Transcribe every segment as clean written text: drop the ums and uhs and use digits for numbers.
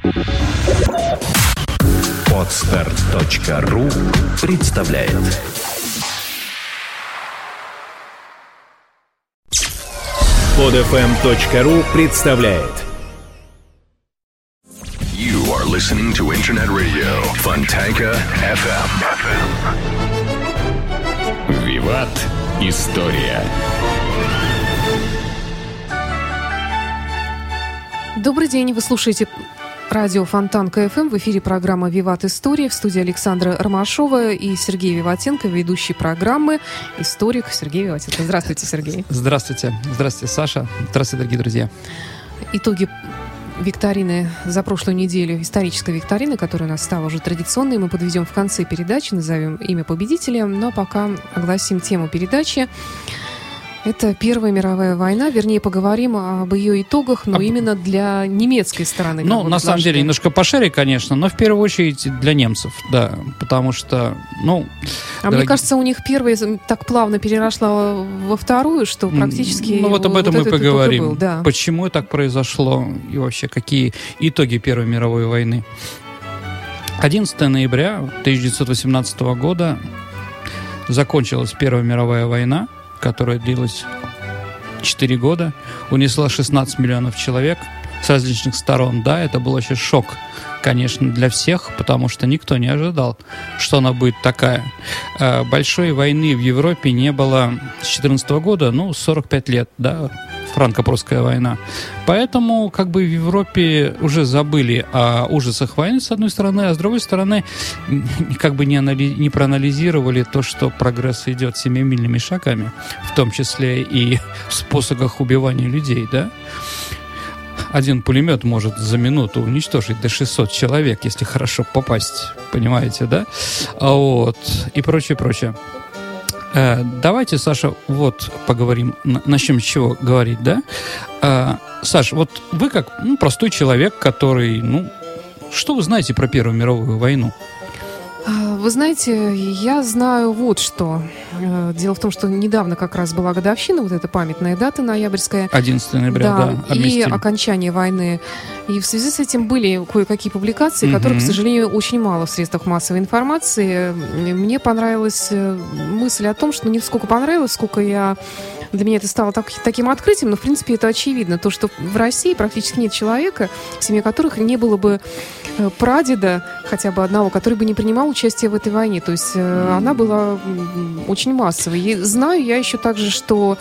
Podster.ru представляет. Podfm.ru представляет. You are listening to Internet Radio Fontanka FM. Виват. История. Добрый день, вы слушаете радио Фонтанка ФМ. В эфире программа «Виват. История». В студии Александра Ромашова и Сергей Виватенко, ведущий программы, историк Сергей Виватенко. Здравствуйте, Сергей. Здравствуйте. Здравствуйте, Саша. Здравствуйте, дорогие друзья. Итоги викторины за прошлую неделю, исторической викторины, которая у нас стала уже традиционной, мы подведем в конце передачи, назовем имя победителя, но пока огласим тему передачи. Это Первая мировая война, вернее, поговорим об ее итогах, но именно для немецкой стороны. Ну, на самом деле, немножко пошире, конечно, но в первую очередь для немцев, да, потому что, мне кажется, у них первая так плавно переросла во вторую, что практически... Ну, вот об этом мы поговорим. Был, да. Почему так произошло и вообще какие итоги Первой мировой войны. 11 ноября 1918 года закончилась Первая мировая война, которая длилась 4 года, унесла 16 миллионов человек с различных сторон. Да, это был вообще шок, конечно, для всех, потому что никто не ожидал, что она будет такая. Большой войны в Европе не было с 14 года, 45 лет, да, франко-прусская война. Поэтому как бы в Европе уже забыли о ужасах войны, с одной стороны, а с другой стороны как бы не проанализировали то, что прогресс идет семимильными шагами, в том числе и в способах убивания людей, да. Один пулемет может за минуту уничтожить до 600 человек, если хорошо попасть, понимаете, да? Вот, и прочее. Давайте, Саша, вот поговорим, начнем с чего говорить, да? Саш, вот вы как простой человек, который, что вы знаете про Первую мировую войну? Вы знаете, я знаю вот что. Дело в том, что недавно как раз была годовщина, вот эта памятная дата ноябрьская. 11 ноября, да. И окончание войны. И в связи с этим были кое-какие публикации, которых, к сожалению, очень мало в средствах массовой информации. Мне понравилась мысль о том, что не сколько понравилось, сколько для меня это стало таким открытием, но, в принципе, это очевидно. То, что в России практически нет человека, в семье которых не было бы прадеда, хотя бы одного, который бы не принимал участие в этой войне. То есть она была очень массовой. И знаю я еще также, что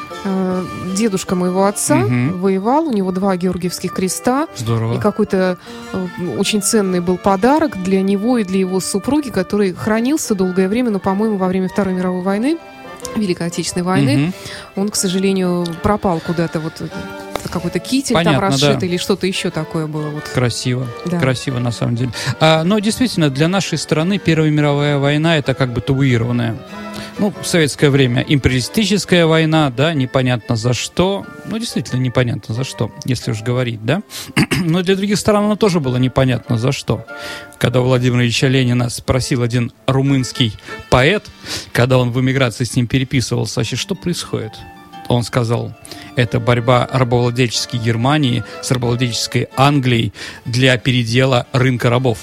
дедушка моего отца воевал, у него 2 Георгиевских креста. Здорово. И какой-то очень ценный был подарок для него и для его супруги, который хранился долгое время, но, по-моему, во время Второй мировой войны, Великой Отечественной войны, он, к сожалению, пропал куда-то, вот какой-то китель там расшитый, да, или что-то еще такое было. Вот. Красиво, да. Красиво на самом деле. Но действительно, для нашей страны Первая мировая война — это как бы табуированная. В советское время империалистическая война, да, непонятно за что. Действительно непонятно за что, если уж говорить, да. Но для других стран оно тоже было непонятно за что. Когда у Владимира Ильича Ленина спросил один румынский поэт, когда он в эмиграции с ним переписывался, вообще, что происходит? Он сказал, это борьба рабовладельческой Германии с рабовладельческой Англией для передела рынка рабов.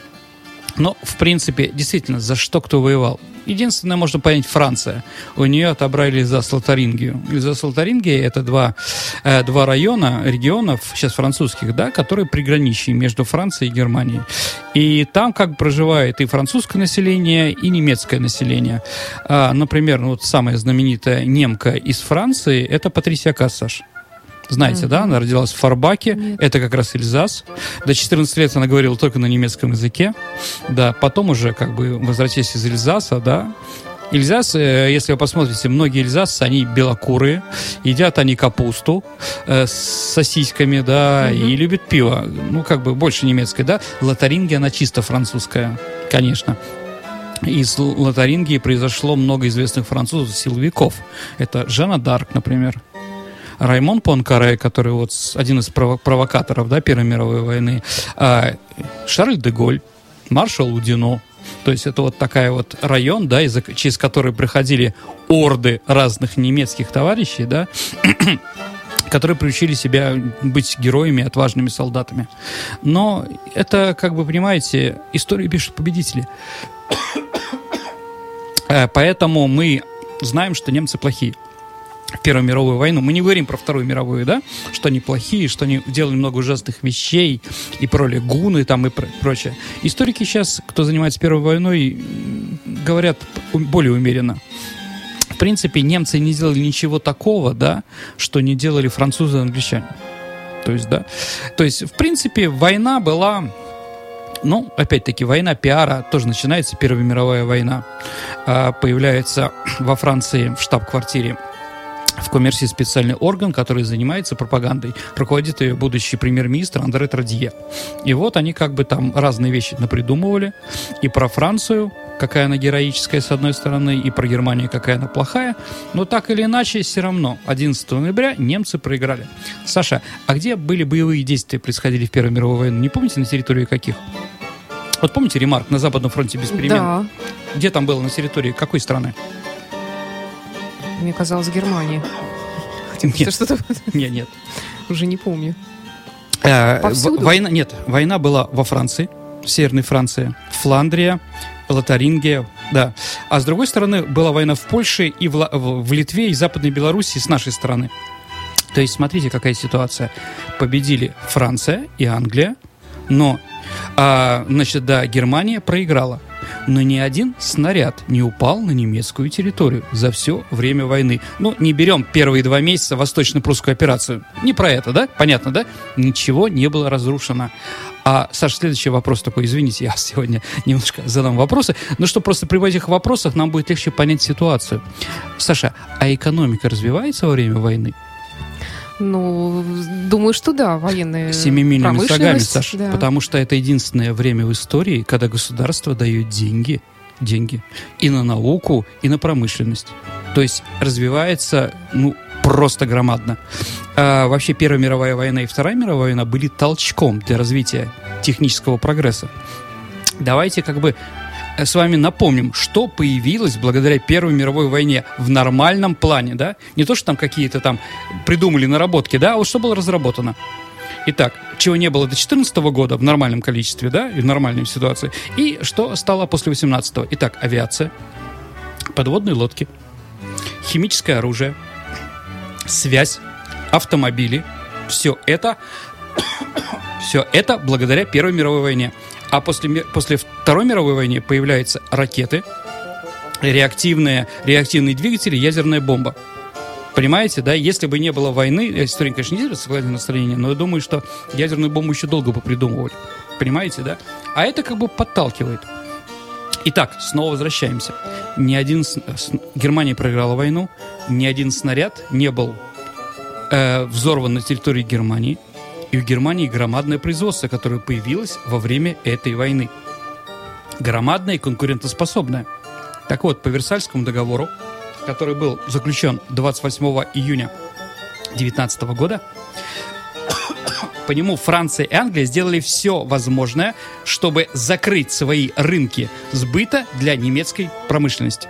Но, в принципе, действительно, за что кто воевал? Единственное, можно понять, Франция. У нее отобрали Эльзас-Лотарингию. Эльзас-Лотарингия — это два района, регионов, сейчас французских, да, которые приграничные между Францией и Германией. И там как бы проживает и французское население, и немецкое население. Например, самая знаменитая немка из Франции — это Патрисия Кассаш. Знаете, да? Она родилась в Форбаке. Нет. Это как раз Эльзас. До 14 лет она говорила только на немецком языке. Да, потом уже как бы возвратилась из Эльзаса, да. Эльзас, если вы посмотрите, многие эльзасцы, они белокурые, едят они капусту с сосисками, да, и любят пиво. Как бы больше немецкое, да. Лотарингия, она чисто французская, конечно. Из Лотарингии произошло много известных французов-силовиков. Это Жанна д'Арк, например. Раймон Пуанкаре, который один из провокаторов, да, Первой мировой войны, Шарль де Голь, маршал Удино. То есть это такая район, да, через который проходили орды разных немецких товарищей, да, которые приучили себя быть героями, отважными солдатами. Но это, как бы, понимаете, историю пишут победители. Поэтому мы знаем, что немцы плохие. В Первую мировую войну. Мы не говорим про Вторую мировую, да? Что они плохие, что они делали много ужасных вещей, и про гуны там и прочее. Историки сейчас, кто занимается Первой войной, говорят более умеренно. В принципе, немцы не сделали ничего такого, да, что не делали французы и англичане. То есть, в принципе, война была... Ну, опять-таки, война пиара тоже начинается, Первая мировая война. Появляется во Франции в штаб-квартире в Коммерсе специальный орган, который занимается пропагандой. Руководит ее будущий премьер-министр Андре Тродье. И вот они как бы там разные вещи напридумывали. И про Францию, какая она героическая, с одной стороны, и про Германию, какая она плохая. Но так или иначе, все равно, 11 ноября немцы проиграли. Саша, а где были боевые действия, происходили в Первой мировой войне? Не помните, на территории каких? Вот помните ремарк на Западном фронте без перемен? Да. Где там было, на территории какой страны? Мне казалось, Германия. Нет. Что-то... Нет. Уже не помню. Война была во Франции, в Северной Франции, Фландрия, Лотарингия, да. А с другой стороны, была война в Польше и в Литве и Западной Белоруссии с нашей стороны. То есть, смотрите, какая ситуация. Победили Франция и Англия, но, Германия проиграла. Но ни один снаряд не упал на немецкую территорию за все время войны. Ну, не берем первые 2 месяца восточно-прусскую операцию. Не про это, да? Понятно, да? Ничего не было разрушено. А, Саша, следующий вопрос такой. Извините, я сегодня немножко задам вопросы. Но что просто при этих вопросах нам будет легче понять ситуацию. Саша, а экономика развивается во время войны? Ну, думаю, что да, военная семимильными шагами, Саша, да. Потому что это единственное время в истории, когда государство дает деньги и на науку, и на промышленность. То есть развивается, просто громадно. Вообще Первая мировая война и Вторая мировая война были толчком для развития технического прогресса. Давайте с вами напомним, что появилось благодаря Первой мировой войне в нормальном плане, да? Не то, что там какие-то там придумали наработки, да, а вот что было разработано. Итак, чего не было до 2014 года в нормальном количестве, да, и в нормальной ситуации, и что стало после 2018-го. Итак, авиация, подводные лодки, химическое оружие, связь, автомобили, все это благодаря Первой мировой войне. А после Второй мировой войны появляются ракеты, реактивные двигатели, ядерная бомба. Понимаете, да? Если бы не было войны, история, конечно, не делится согласие настроения, но я думаю, что ядерную бомбу еще долго бы придумывали. Понимаете, да? А это подталкивает. Итак, снова возвращаемся. Германия проиграла войну, ни один снаряд не был взорван на территории Германии. И у Германии громадное производство, которое появилось во время этой войны. Громадное и конкурентоспособное. Так вот, по Версальскому договору, который был заключен 28 июня 1919 года, по нему Франция и Англия сделали все возможное, чтобы закрыть свои рынки сбыта для немецкой промышленности.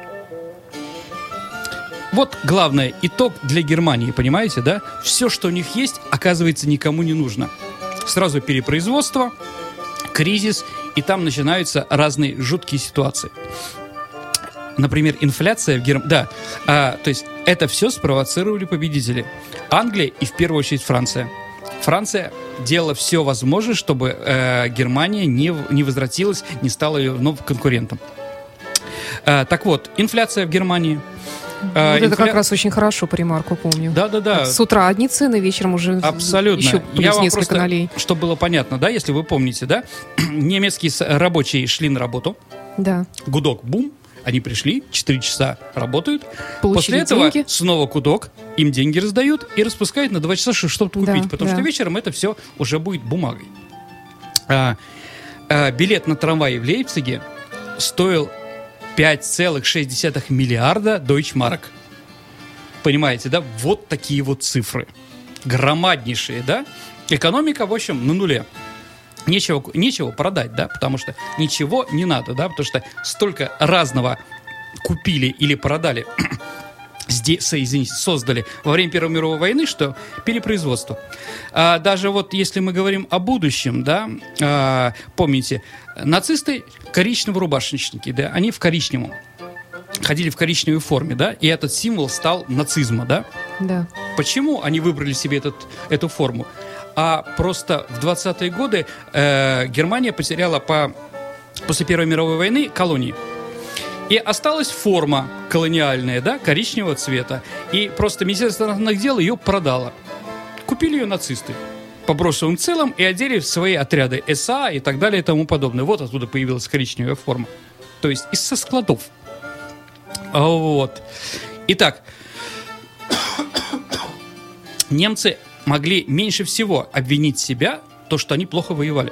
Вот главный итог для Германии, понимаете, да? Все, что у них есть, оказывается, никому не нужно. Сразу перепроизводство, кризис, и там начинаются разные жуткие ситуации. Например, инфляция в Германии. Да, то есть это все спровоцировали победители. Англия и в первую очередь Франция. Франция делала все возможное, чтобы Германия не возвратилась, не стала ее вновь конкурентом. Так вот, инфляция в Германии. Это как раз очень хорошо по ремарку помню. Да. С утра одни цены, вечером уже абсолютно. Еще плюс я вам несколько просто, налей. чтобы было понятно, да, если вы помните, да, немецкие рабочие шли на работу. Да. Гудок, бум, они пришли, 4 часа работают. Получили После этого деньги. снова гудок, им деньги раздают и распускают на 2 часа, чтобы что-то купить, потому что вечером это все уже будет бумагой. Билет на трамвай в Лейпциге стоил 5,6 миллиарда дойчмарок. Понимаете, да? Вот такие вот цифры. Громаднейшие, да? Экономика, в общем, на нуле. Нечего продать, да? Потому что ничего не надо, да? Потому что столько разного купили или продали создали во время Первой мировой войны, что перепроизводство. Даже вот если мы говорим о будущем, да, помните, нацисты коричнево-рубашечники, да, они в коричневом. Ходили в коричневой форме, да, и этот символ стал нацизма, да? Да. Почему они выбрали себе эту форму? А просто в 20-е годы Германия потеряла после Первой мировой войны колонии. И осталась форма колониальная, да, коричневого цвета. И просто Министерство иностранных дел ее продало. Купили ее нацисты по бронзовым целям и одели в свои отряды СА и так далее и тому подобное. Вот оттуда появилась коричневая форма. То есть со складов. Вот. Итак, немцы могли меньше всего обвинить себя, то, что они плохо воевали.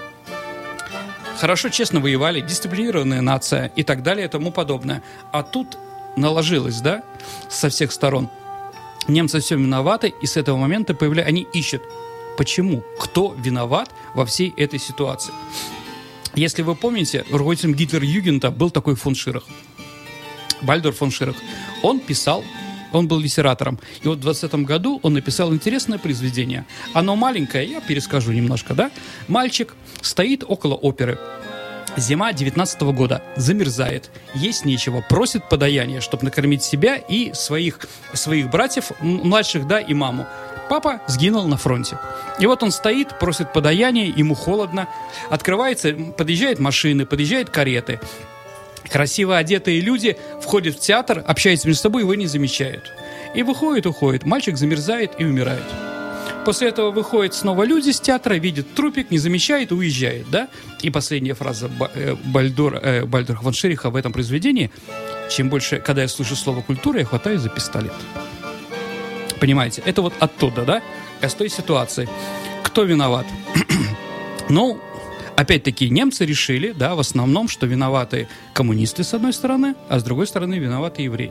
Хорошо, честно воевали, дисциплинированная нация и так далее и тому подобное. А тут наложилось, да, со всех сторон. Немцы все виноваты, и с этого момента они ищут, почему, кто виноват во всей этой ситуации. Если вы помните, руководителем Гитлер-Югента был такой фон Ширах. Бальдур фон Ширах. Он был литератором. И вот в 20-м году он написал интересное произведение. Оно маленькое, я перескажу немножко, да? Мальчик стоит около оперы. Зима 19-го года. Замерзает. Есть нечего. Просит подаяние, чтобы накормить себя и своих братьев младших, да, и маму. Папа сгинул на фронте. И вот он стоит, просит подаяние, ему холодно. Подъезжают машины, подъезжают кареты. Красиво одетые люди входят в театр, общаются между собой, его не замечают. И уходит. Мальчик замерзает и умирает. После этого выходят снова люди с театра, видят трупик, не замечают и уезжают, да? И последняя фраза Бальдура фон Шириха в этом произведении: чем больше, когда я слышу слово «культура», я хватаюсь за пистолет. Понимаете? Это вот оттуда, да? С той ситуации. Кто виноват? Ну, опять-таки, немцы решили, да, в основном, что виноваты коммунисты с одной стороны, а с другой стороны виноваты евреи.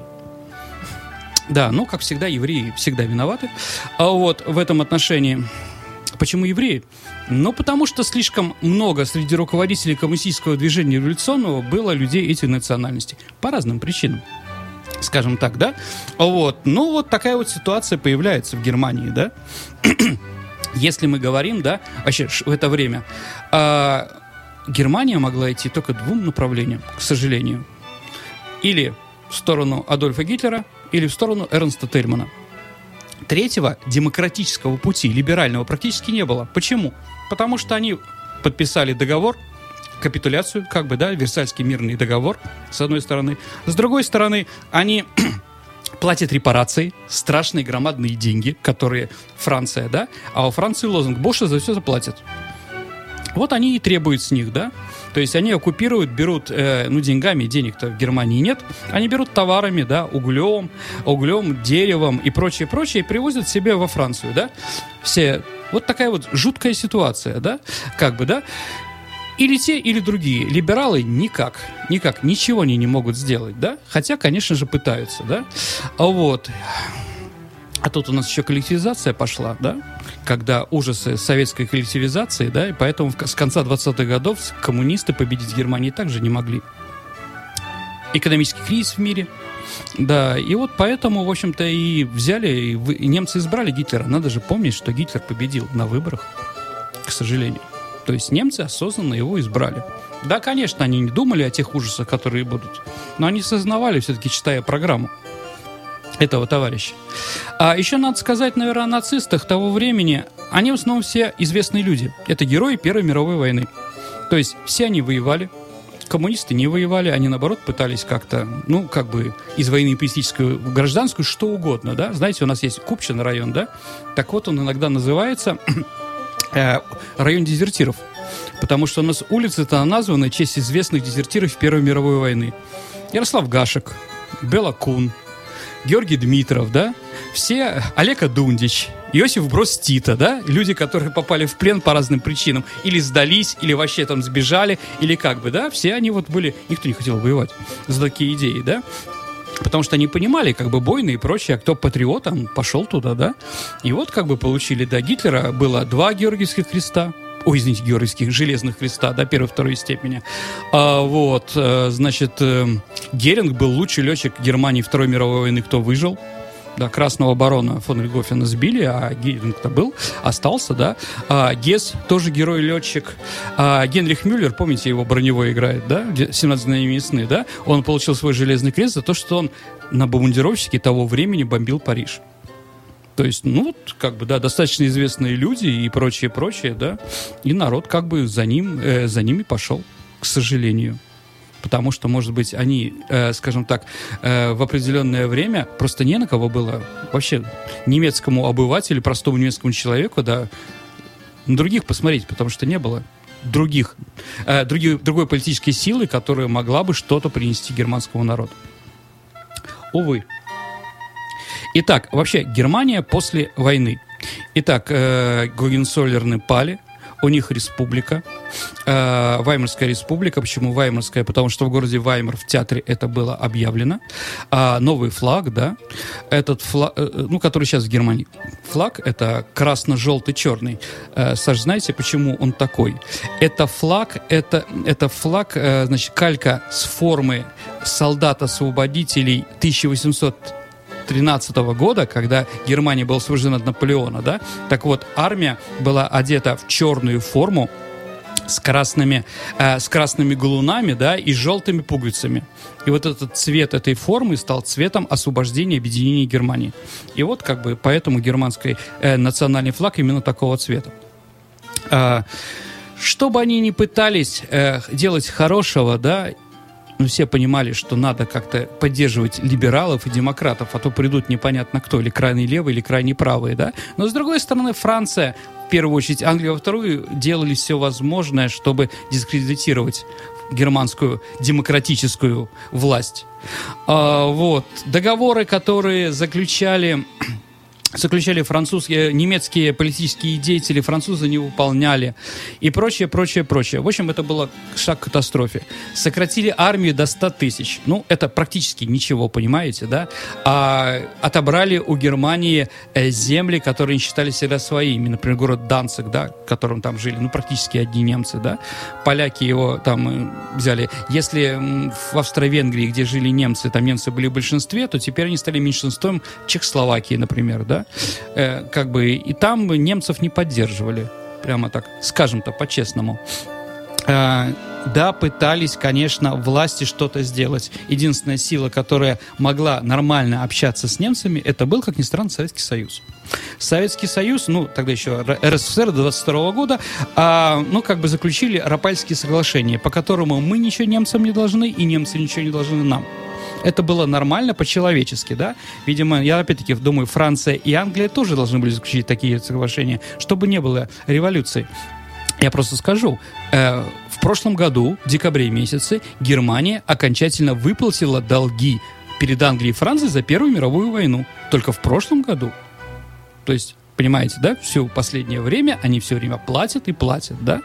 Да, ну, как всегда, евреи всегда виноваты. А вот в этом отношении... Почему евреи? Ну, потому что слишком много среди руководителей коммунистического движения революционного было людей этих национальностей. По разным причинам. Скажем так, да? Вот. Ну, вот такая вот ситуация появляется в Германии, да? Если мы говорим, да, вообще в это время, Германия могла идти только двум направлениям, к сожалению. Или в сторону Адольфа Гитлера, или в сторону Эрнста Тельмана. Третьего демократического пути, либерального, практически не было. Почему? Потому что они подписали договор, капитуляцию, как бы, да, Версальский мирный договор, с одной стороны. С другой стороны, они платят репарации, страшные громадные деньги, которые Франция, да, а у Франции лозунг «Больше за все заплатят». Вот они и требуют с них, да. То есть они оккупируют, берут, деньгами, денег-то в Германии нет, они берут товарами, да, углем, деревом и прочее, и привозят себе во Францию, да. Все, вот такая вот жуткая ситуация, да, как бы, да. Или те, или другие. Либералы никак, ничего они не могут сделать, да. Хотя, конечно же, пытаются, да. Вот. А тут у нас еще коллективизация пошла, да, когда ужасы советской коллективизации, да, и поэтому с конца 20-х годов коммунисты победить в Германии также не могли. Экономический кризис в мире, да, и вот поэтому, в общем-то, и взяли, и немцы избрали Гитлера. Надо же помнить, что Гитлер победил на выборах, к сожалению. То есть немцы осознанно его избрали. Да, конечно, они не думали о тех ужасах, которые будут, но они сознавали, все-таки читая программу этого товарища. А еще надо сказать, наверное, о нацистах того времени. Они в основном все известные люди. Это герои Первой мировой войны. То есть все они воевали. Коммунисты не воевали. Они, наоборот, пытались как-то, из войны политическую в гражданскую, что угодно, да. Знаете, у нас есть Купчин район, да. Так вот, он иногда называется район дезертиров. Потому что у нас улицы-то названы в честь известных дезертиров Первой мировой войны. Ярослав Гашек, Бела Кун, Георгий Дмитров, да, все, Олег Адундич, Иосиф Брос Тита, да, люди, которые попали в плен по разным причинам, или сдались, или вообще там сбежали, или как бы, да, все они вот были, никто не хотел воевать за такие идеи, да, потому что они понимали, как бы, войны и прочее, а кто патриот, он пошел туда, да, и вот как бы получили, да, Гитлера было 2 Георгиевских креста, георгиевских железных креста, да, первой и второй степени. Значит, Геринг был лучший летчик Германии Второй мировой войны, кто выжил. Да, красного барона фон Рихтгофена сбили, а Геринг-то остался, да. Гесс тоже герой-летчик. Генрих Мюллер, помните, его броневой играет, да, 17 мгновений весны, да. Он получил свой железный крест за то, что он на бомбардировщике того времени бомбил Париж. То есть, достаточно известные люди и прочее, да. И народ за ними пошел, к сожалению. Потому что, может быть, они, скажем так, в определенное время просто не на кого было вообще немецкому обывателю, простому немецкому человеку, да, на других посмотреть, потому что не было другой политической силы, которая могла бы что-то принести германскому народу. Увы. Итак, вообще, Германия после войны. Итак, Гогенцоллерны пали. У них республика, Ваймарская республика. Почему Ваймарская? Потому что в городе Ваймар в театре это было объявлено. Новый флаг, да, этот флаг, который сейчас в Германии. Флаг это красно-желтый-черный. Саш, знаете, почему он такой? Это флаг, значит, калька с формы солдат-освободителей 1813 года, когда Германия была освобождена от Наполеона, да, так вот, армия была одета в черную форму с красными галунами, да, и желтыми пуговицами. И вот этот цвет этой формы стал цветом освобождения и объединения Германии. И вот поэтому германский национальный флаг именно такого цвета. Что бы они ни пытались делать хорошего, да, все понимали, что надо как-то поддерживать либералов и демократов, а то придут непонятно кто, или крайне левые, или крайне правые, да. Но, с другой стороны, Франция, в первую очередь, Англия во вторую, делали все возможное, чтобы дискредитировать германскую демократическую власть. Договоры, которые заключали немецкие политические деятели, французы не выполняли и прочее. В общем, это было шаг к катастрофе. Сократили армию до 100 тысяч. Это практически ничего, понимаете, да? Отобрали у Германии земли, которые считали себя своими. Например, город Данциг, да, в котором там жили, практически одни немцы, да? Поляки его там взяли. Если в Австро-Венгрии, где жили немцы, там немцы были в большинстве, то теперь они стали меньшинством Чехословакии, например, да? И там немцев не поддерживали, прямо так, скажем-то, по-честному. Да, пытались, конечно, власти что-то сделать. Единственная сила, которая могла нормально общаться с немцами, это был, как ни странно, Советский Союз. Советский Союз, тогда еще РСФСР до 22 года, заключили Раппальские соглашения, по которому мы ничего немцам не должны, и немцы ничего не должны нам. Это было нормально, по-человечески, да? Видимо, я опять-таки думаю, Франция и Англия тоже должны были заключить такие соглашения, чтобы не было революции. Я просто скажу, в прошлом году, в декабре месяце, Германия окончательно выплатила долги перед Англией и Францией за Первую мировую войну. Только в прошлом году. То есть, понимаете, да? Все последнее время они все время платят и платят, да?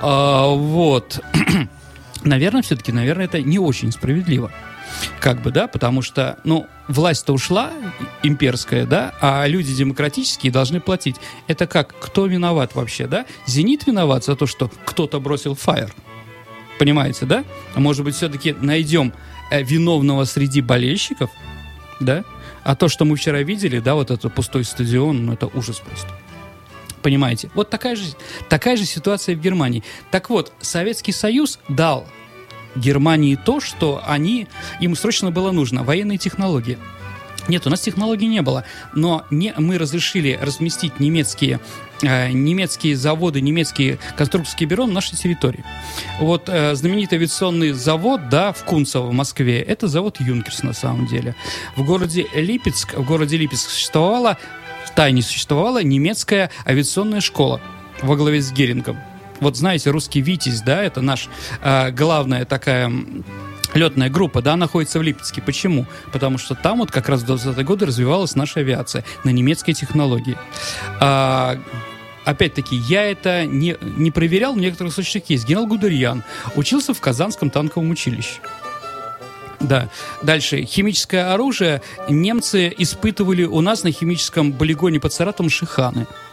Наверное, все-таки, это не очень справедливо. Потому что, власть-то ушла, имперская, да, а люди демократические должны платить. Это как? Кто виноват вообще, да? «Зенит» виноват за то, что кто-то бросил фаер. Понимаете, да? А может быть, все-таки найдем виновного среди болельщиков, да? А то, что мы вчера видели, да, вот этот пустой стадион, это ужас просто. Понимаете? Вот такая же ситуация в Германии. Так вот, Советский Союз дал Германии то, что им срочно было нужно. Военные технологии. Нет, у нас технологий не было. Но мы разрешили разместить немецкие заводы, немецкие конструкторские бюро на нашей территории. Знаменитый авиационный завод, да, в Кунцево, в Москве, это завод «Юнкерс» на самом деле. В городе Липецк существовала немецкая авиационная школа во главе с Герингом. Знаете, русский «Витязь», да, это наша главная такая летная группа, да, находится в Липецке. Почему? Потому что там как раз в 20-е годы развивалась наша авиация на немецкой технологии. Опять-таки, я это не проверял, в некоторых случаях есть. Генерал Гудериан учился в Казанском танковом училище. Да. Дальше. Химическое оружие немцы испытывали у нас на химическом полигоне под Саратовом Шиханы.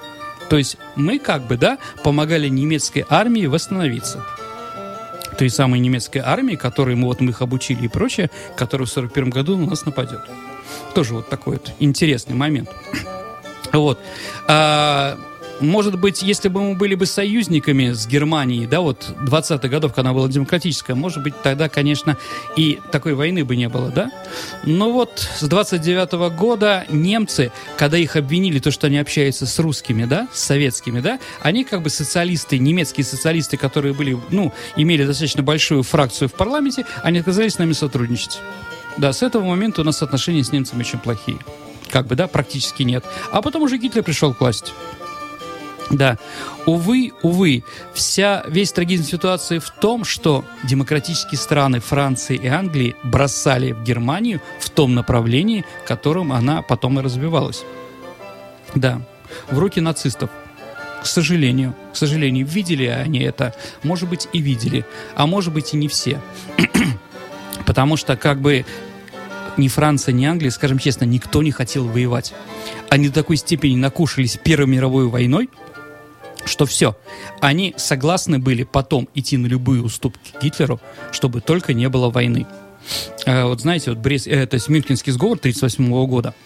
То есть мы как бы, да, помогали немецкой армии восстановиться. Той самой немецкой армии, которой мы их обучили и прочее, которая в 1941 году на нас нападет. Тоже вот такой вот интересный момент. Вот. Может быть, если бы мы были бы союзниками с Германией, да, вот 20-х годов, когда она была демократическая, может быть, тогда, конечно, и такой войны бы не было, да? Но вот с 29-го года немцы, когда их обвинили, то, что они общаются с русскими, да, с советскими, да, они как бы социалисты, немецкие социалисты, которые были, имели достаточно большую фракцию в парламенте, они отказались с нами сотрудничать. Да, с этого момента у нас отношения с немцами очень плохие. Как бы, да, практически нет. А потом уже Гитлер пришел к власти. Да, увы, весь трагизм ситуации в том, что демократические страны Франции и Англии бросали в Германию в том направлении, которым она потом и развивалась. Да, в руки нацистов. К сожалению, видели они это? Может быть, и видели, а может быть, и не все. Потому что, как бы, ни Франция, ни Англия, скажем честно, никто не хотел воевать. Они до такой степени накушались Первой мировой войной, что все, они согласны были потом идти на любые уступки Гитлеру, чтобы только не было войны. Вот знаете, вот это Мюнхенский сговор 1938 года.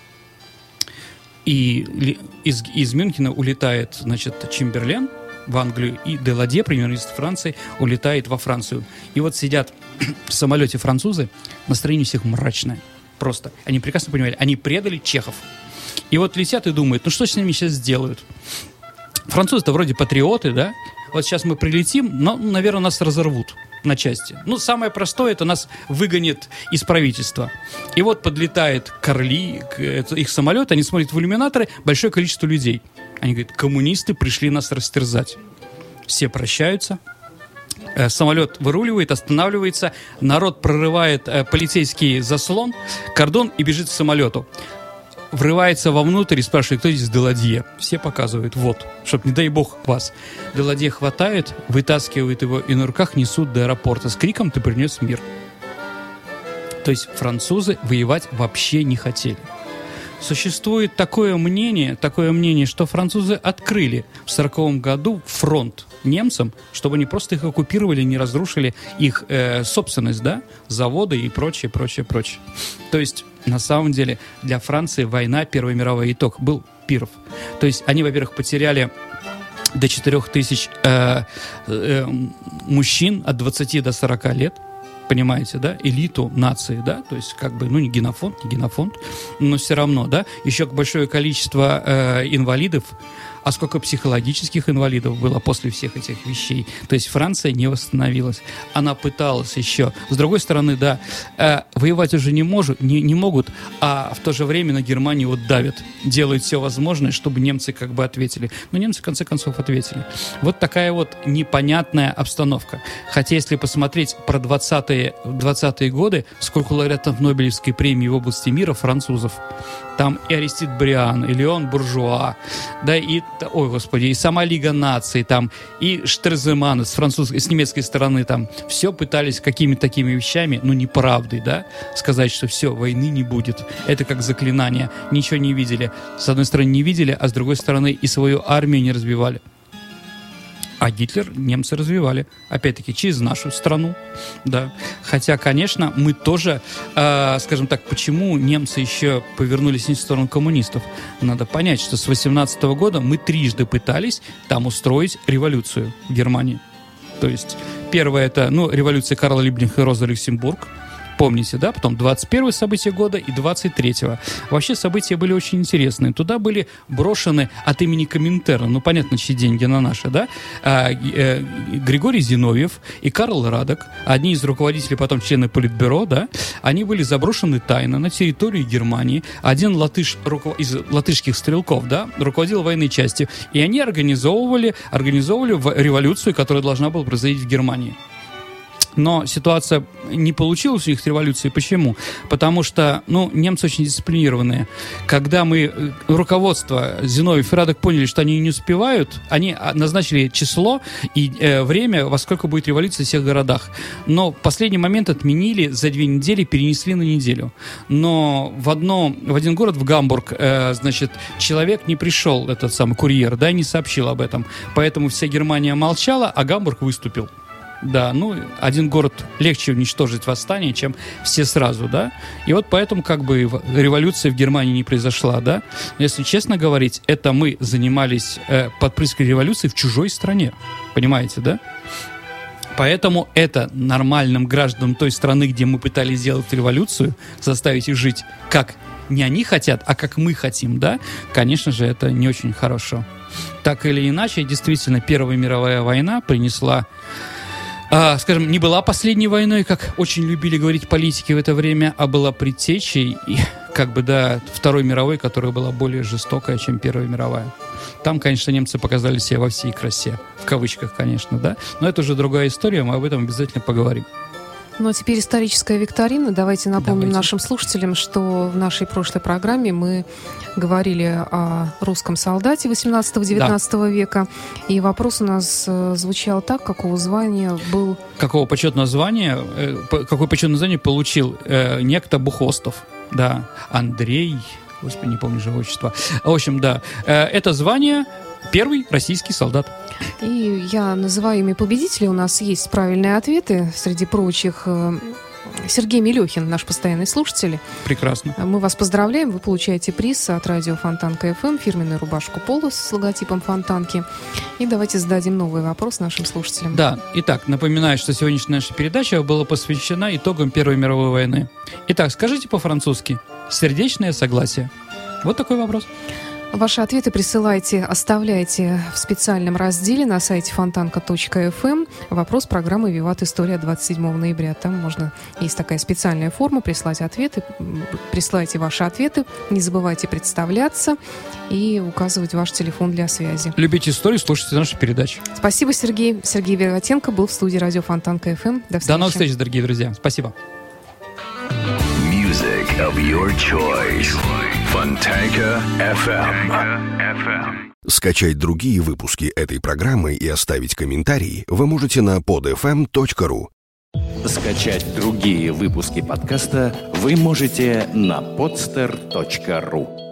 И из Мюнхена улетает, значит, Чемберлен в Англию, и Деладье, премьер-министр Франции, улетает во Францию. И вот сидят в самолете французы, настроение у всех мрачное. Просто. Они прекрасно понимали, они предали чехов. И вот летят и думают, что с ними сейчас сделают? Французы-то вроде патриоты, да? Вот сейчас мы прилетим, но, наверное, нас разорвут на части. Самое простое, это нас выгонят из правительства. И вот подлетает Корли, их самолет, они смотрят в иллюминаторы, большое количество людей. Они говорят, коммунисты пришли нас растерзать. Все прощаются. Самолет выруливает, останавливается, народ прорывает полицейский заслон, кордон и бежит к самолету. Врывается вовнутрь и спрашивает, кто здесь Деладье. Все показывают, вот, чтоб, не дай бог, вас. Деладье хватает, вытаскивает его и на руках несут до аэропорта с криком «Ты принес мир». То есть французы воевать вообще не хотели. Существует такое мнение, что французы открыли в 1940 году фронт немцам, чтобы они просто их оккупировали, не разрушили их собственность, да, заводы и прочее. То есть, на самом деле, для Франции война, Первая мировая, итог был Пиров. То есть, они, во-первых, потеряли до 4000 мужчин от 20 до 40 лет, понимаете, да, элиту нации, да, то есть как бы, не генофонд, но все равно, да, еще большое количество инвалидов, а сколько психологических инвалидов было после всех этих вещей. То есть Франция не восстановилась. Она пыталась еще. С другой стороны, да, воевать уже не могут, а в то же время на Германию вот давят. Делают все возможное, чтобы немцы как бы ответили. Но немцы в конце концов ответили. Вот такая вот непонятная обстановка. Хотя если посмотреть про 20-е годы, сколько лауреатов Нобелевской премии в области мира французов, там и Аристид Бриан, и Леон Буржуа, да, и, и сама Лига наций, там, и Штреземан с немецкой стороны, там, все пытались какими-то такими вещами, неправдой, да, сказать, что все, войны не будет. Это как заклинание. Ничего не видели. С одной стороны не видели, а с другой стороны и свою армию не развивали. А Гитлер немцы развивали, опять-таки, через нашу страну, да. Хотя, конечно, мы тоже, скажем так, почему немцы еще повернулись не в сторону коммунистов? Надо понять, что с 18 года мы трижды пытались там устроить революцию в Германии. То есть, первая это, революция Карла Либкнехта и Роза Люксембург. Помните, да? Потом 21-е события года и 23-го. Вообще события были очень интересные. Туда были брошены от имени Коминтерна, понятно, чьи деньги на наши, да? Григорий Зиновьев и Карл Радек, одни из руководителей, потом члены Политбюро, да? Они были заброшены тайно на территории Германии. Один из латышских стрелков, да, руководил военной частью. И они организовывали революцию, которая должна была произойти в Германии. Но ситуация не получилась у них революции. Почему? Потому что, немцы очень дисциплинированные. Когда руководство Зиновьев и Радек поняли, что они не успевают, они назначили число и время, во сколько будет революция в всех городах. Но в последний момент отменили, за 2 недели перенесли на неделю. Но в один город, в Гамбург, человек не пришел, этот самый курьер, не сообщил об этом. Поэтому вся Германия молчала, а Гамбург выступил. Да, один город легче уничтожить восстание, чем все сразу, да. И вот поэтому революция в Германии не произошла, да. Если честно говорить, это мы занимались подпрыской революции в чужой стране, понимаете, да? Поэтому это нормальным гражданам той страны, где мы пытались сделать революцию, заставить их жить как не они хотят, а как мы хотим, да, конечно же, это не очень хорошо. Так или иначе, действительно, Первая мировая война принесла, не была последней войной, как очень любили говорить политики в это время, а была предтечей, Второй мировой, которая была более жестокая, чем Первая мировая. Там, конечно, немцы показали себя во всей красе, в кавычках, конечно, да, но это уже другая история, мы об этом обязательно поговорим. Ну а теперь историческая викторина. Давайте напомним нашим слушателям, что в нашей прошлой программе мы говорили о русском солдате 18-19 века. И вопрос у нас звучал так, какого почетного звания получил некто Бухостов. Да, Андрей, не помню же отчество. В общем, да, это звание первый российский солдат. И я называю имя победителей. У нас есть правильные ответы. Среди прочих Сергей Мелехин, наш постоянный слушатель. Прекрасно. Мы вас поздравляем. Вы получаете приз от радио Фонтанка ФМ, фирменную рубашку Поло с логотипом Фонтанки. И давайте зададим новый вопрос нашим слушателям. Да. Итак, напоминаю, что сегодняшняя наша передача была посвящена итогам Первой мировой войны. Итак, скажите по-французски «сердечное согласие». Вот такой вопрос. Ваши ответы оставляйте в специальном разделе на сайте fontanka.fm. Вопрос программы «Виват. История» 27 ноября. Там есть такая специальная форма, присылайте ваши ответы. Не забывайте представляться и указывать ваш телефон для связи. Любите историю, слушайте наши передачи. Спасибо, Сергей. Сергей Верватенко был в студии радио Фонтанка ФМ. До встречи. До новых встреч, дорогие друзья. Спасибо. Music of your choice. Fontanka FM. Скачать другие выпуски этой программы и оставить комментарий вы можете на podfm.ru. Скачать другие выпуски подкаста вы можете на podster.ru.